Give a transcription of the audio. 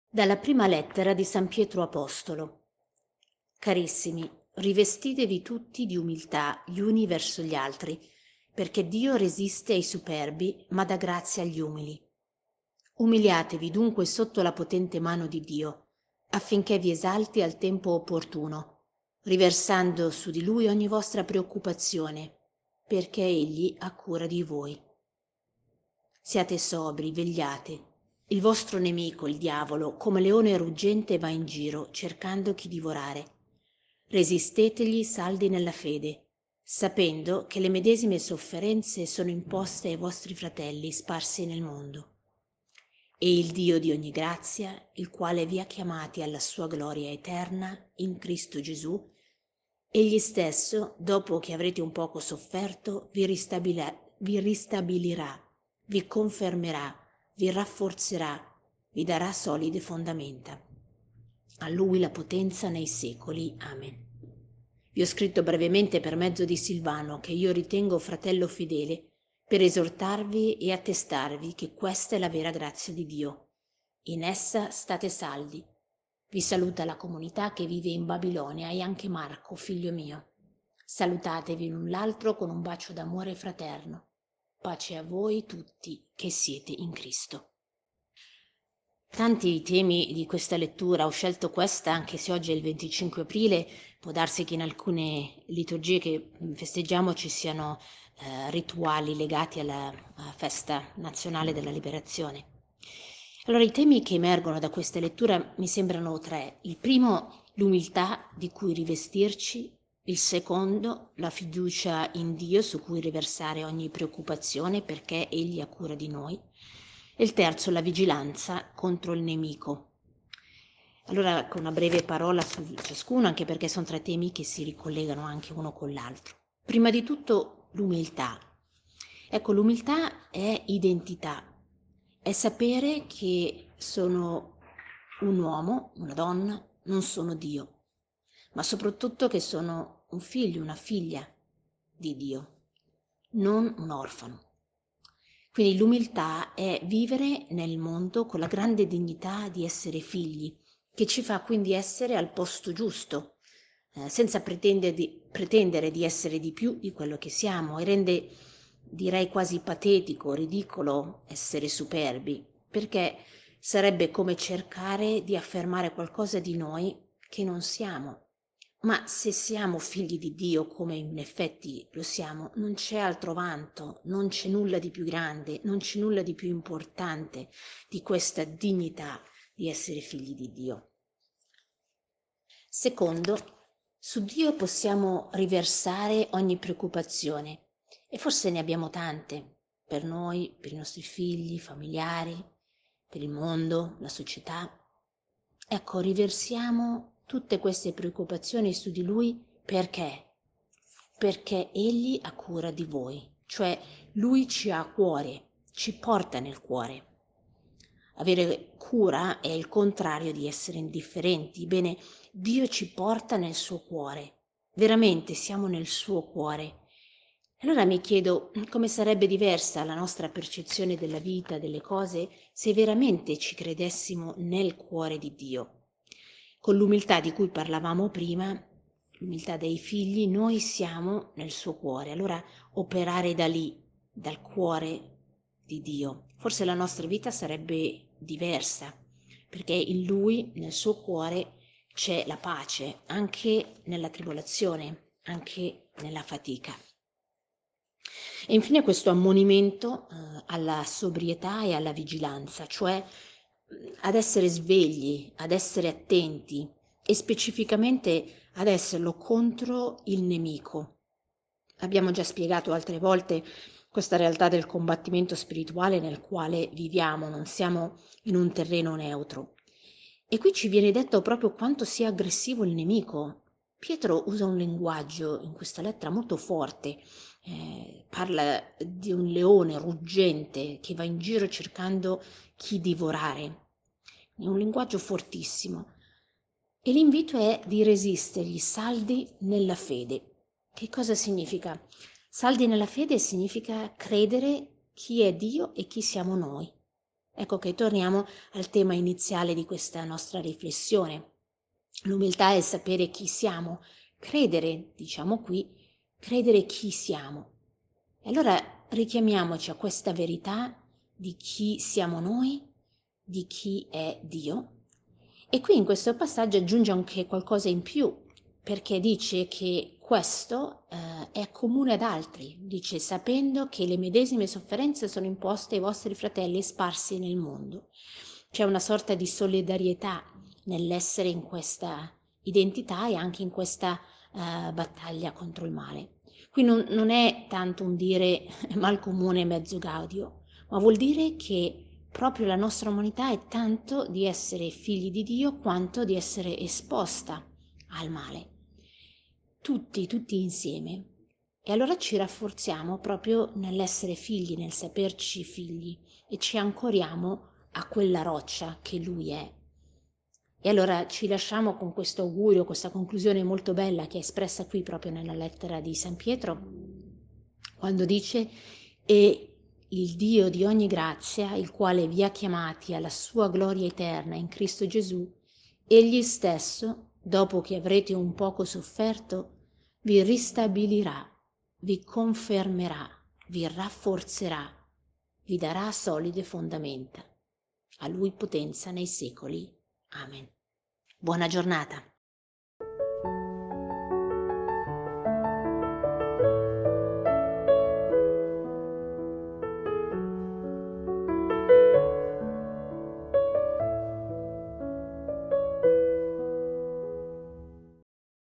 Dalla prima lettera di San Pietro Apostolo. Carissimi, rivestitevi tutti di umiltà gli uni verso gli altri, perché Dio resiste ai superbi, ma dà grazia agli umili. Umiliatevi dunque sotto la potente mano di Dio, affinché vi esalti al tempo opportuno, riversando su di Lui ogni vostra preoccupazione, perché Egli ha cura di voi. Siate sobri, vegliate. Il vostro nemico, il diavolo, come leone ruggente va in giro, cercando chi divorare. Resistetegli saldi nella fede, sapendo che le medesime sofferenze sono imposte ai vostri fratelli sparsi nel mondo. E il Dio di ogni grazia, il quale vi ha chiamati alla sua gloria eterna in Cristo Gesù, egli stesso, dopo che avrete un poco sofferto, vi ristabilirà, vi confermerà, vi rafforzerà, vi darà solide fondamenta. A Lui la potenza nei secoli. Amen. Vi ho scritto brevemente per mezzo di Silvano, che io ritengo fratello fedele, per esortarvi e attestarvi che questa è la vera grazia di Dio. In essa state saldi. Vi saluta la comunità che vive in Babilonia e anche Marco, figlio mio. Salutatevi l'un l'altro con un bacio d'amore fraterno. Pace a voi tutti che siete in Cristo. Tanti i temi di questa lettura, ho scelto questa anche se oggi è il 25 aprile, può darsi che in alcune liturgie che festeggiamo ci siano rituali legati alla festa nazionale della liberazione. Allora i temi che emergono da questa lettura mi sembrano tre. Il primo, l'umiltà di cui rivestirci, il secondo, la fiducia in Dio su cui riversare ogni preoccupazione perché Egli ha cura di noi. E il terzo, la vigilanza contro il nemico. Allora, con una breve parola su ciascuno, anche perché sono tre temi che si ricollegano anche uno con l'altro. Prima di tutto, l'umiltà. Ecco, l'umiltà è identità, è sapere che sono un uomo, una donna, non sono Dio, ma soprattutto che sono un figlio, una figlia di Dio, non un orfano. Quindi l'umiltà è vivere nel mondo con la grande dignità di essere figli, che ci fa quindi essere al posto giusto, senza pretendere di essere di più di quello che siamo, e rende, direi, quasi patetico, ridicolo essere superbi, perché sarebbe come cercare di affermare qualcosa di noi che non siamo. Ma se siamo figli di Dio, come in effetti lo siamo, non c'è altro vanto, non c'è nulla di più grande, non c'è nulla di più importante di questa dignità di essere figli di Dio. Secondo, su Dio possiamo riversare ogni preoccupazione, e forse ne abbiamo tante, per noi, per i nostri figli, familiari, per il mondo, la società. Ecco, riversiamo tutte queste preoccupazioni su di Lui perché? Perché Egli ha cura di voi, cioè Lui ci ha a cuore, ci porta nel cuore. Avere cura è il contrario di essere indifferenti. Bene, Dio ci porta nel suo cuore, veramente siamo nel suo cuore. Allora mi chiedo come sarebbe diversa la nostra percezione della vita, delle cose, se veramente ci credessimo nel cuore di Dio. Con l'umiltà di cui parlavamo prima, l'umiltà dei figli, noi siamo nel suo cuore. Allora operare da lì, dal cuore di Dio, forse la nostra vita sarebbe diversa, perché in Lui, nel suo cuore, c'è la pace, anche nella tribolazione, anche nella fatica. E infine questo ammonimento alla sobrietà e alla vigilanza, cioè ad essere svegli, ad essere attenti e specificamente ad esserlo contro il nemico. Abbiamo già spiegato altre volte questa realtà del combattimento spirituale nel quale viviamo, non siamo in un terreno neutro. E qui ci viene detto proprio quanto sia aggressivo il nemico. Pietro usa un linguaggio in questa lettera molto forte, parla di un leone ruggente che va in giro cercando chi divorare. È un linguaggio fortissimo. E l'invito è di resistergli saldi nella fede. Che cosa significa? Saldi nella fede significa credere chi è Dio e chi siamo noi. Ecco che torniamo al tema iniziale di questa nostra riflessione. L'umiltà è sapere chi siamo, credere, diciamo qui, credere chi siamo. E allora richiamiamoci a questa verità di chi siamo noi, di chi è Dio. E qui in questo passaggio aggiunge anche qualcosa in più, perché dice che questo è comune ad altri, dice sapendo che le medesime sofferenze sono imposte ai vostri fratelli sparsi nel mondo. C'è una sorta di solidarietà nell'essere in questa identità e anche in questa battaglia contro il male. Qui non è tanto un dire mal comune mezzo gaudio, ma vuol dire che proprio la nostra umanità è tanto di essere figli di Dio quanto di essere esposta al male. Tutti insieme. E allora ci rafforziamo proprio nell'essere figli, nel saperci figli e ci ancoriamo a quella roccia che Lui è. E allora ci lasciamo con questo augurio, questa conclusione molto bella che è espressa qui proprio nella lettera di San Pietro, quando dice: e il Dio di ogni grazia, il quale vi ha chiamati alla sua gloria eterna in Cristo Gesù, egli stesso, dopo che avrete un poco sofferto, vi ristabilirà, vi confermerà, vi rafforzerà, vi darà solide fondamenta. A Lui potenza nei secoli. Amen. Buona giornata.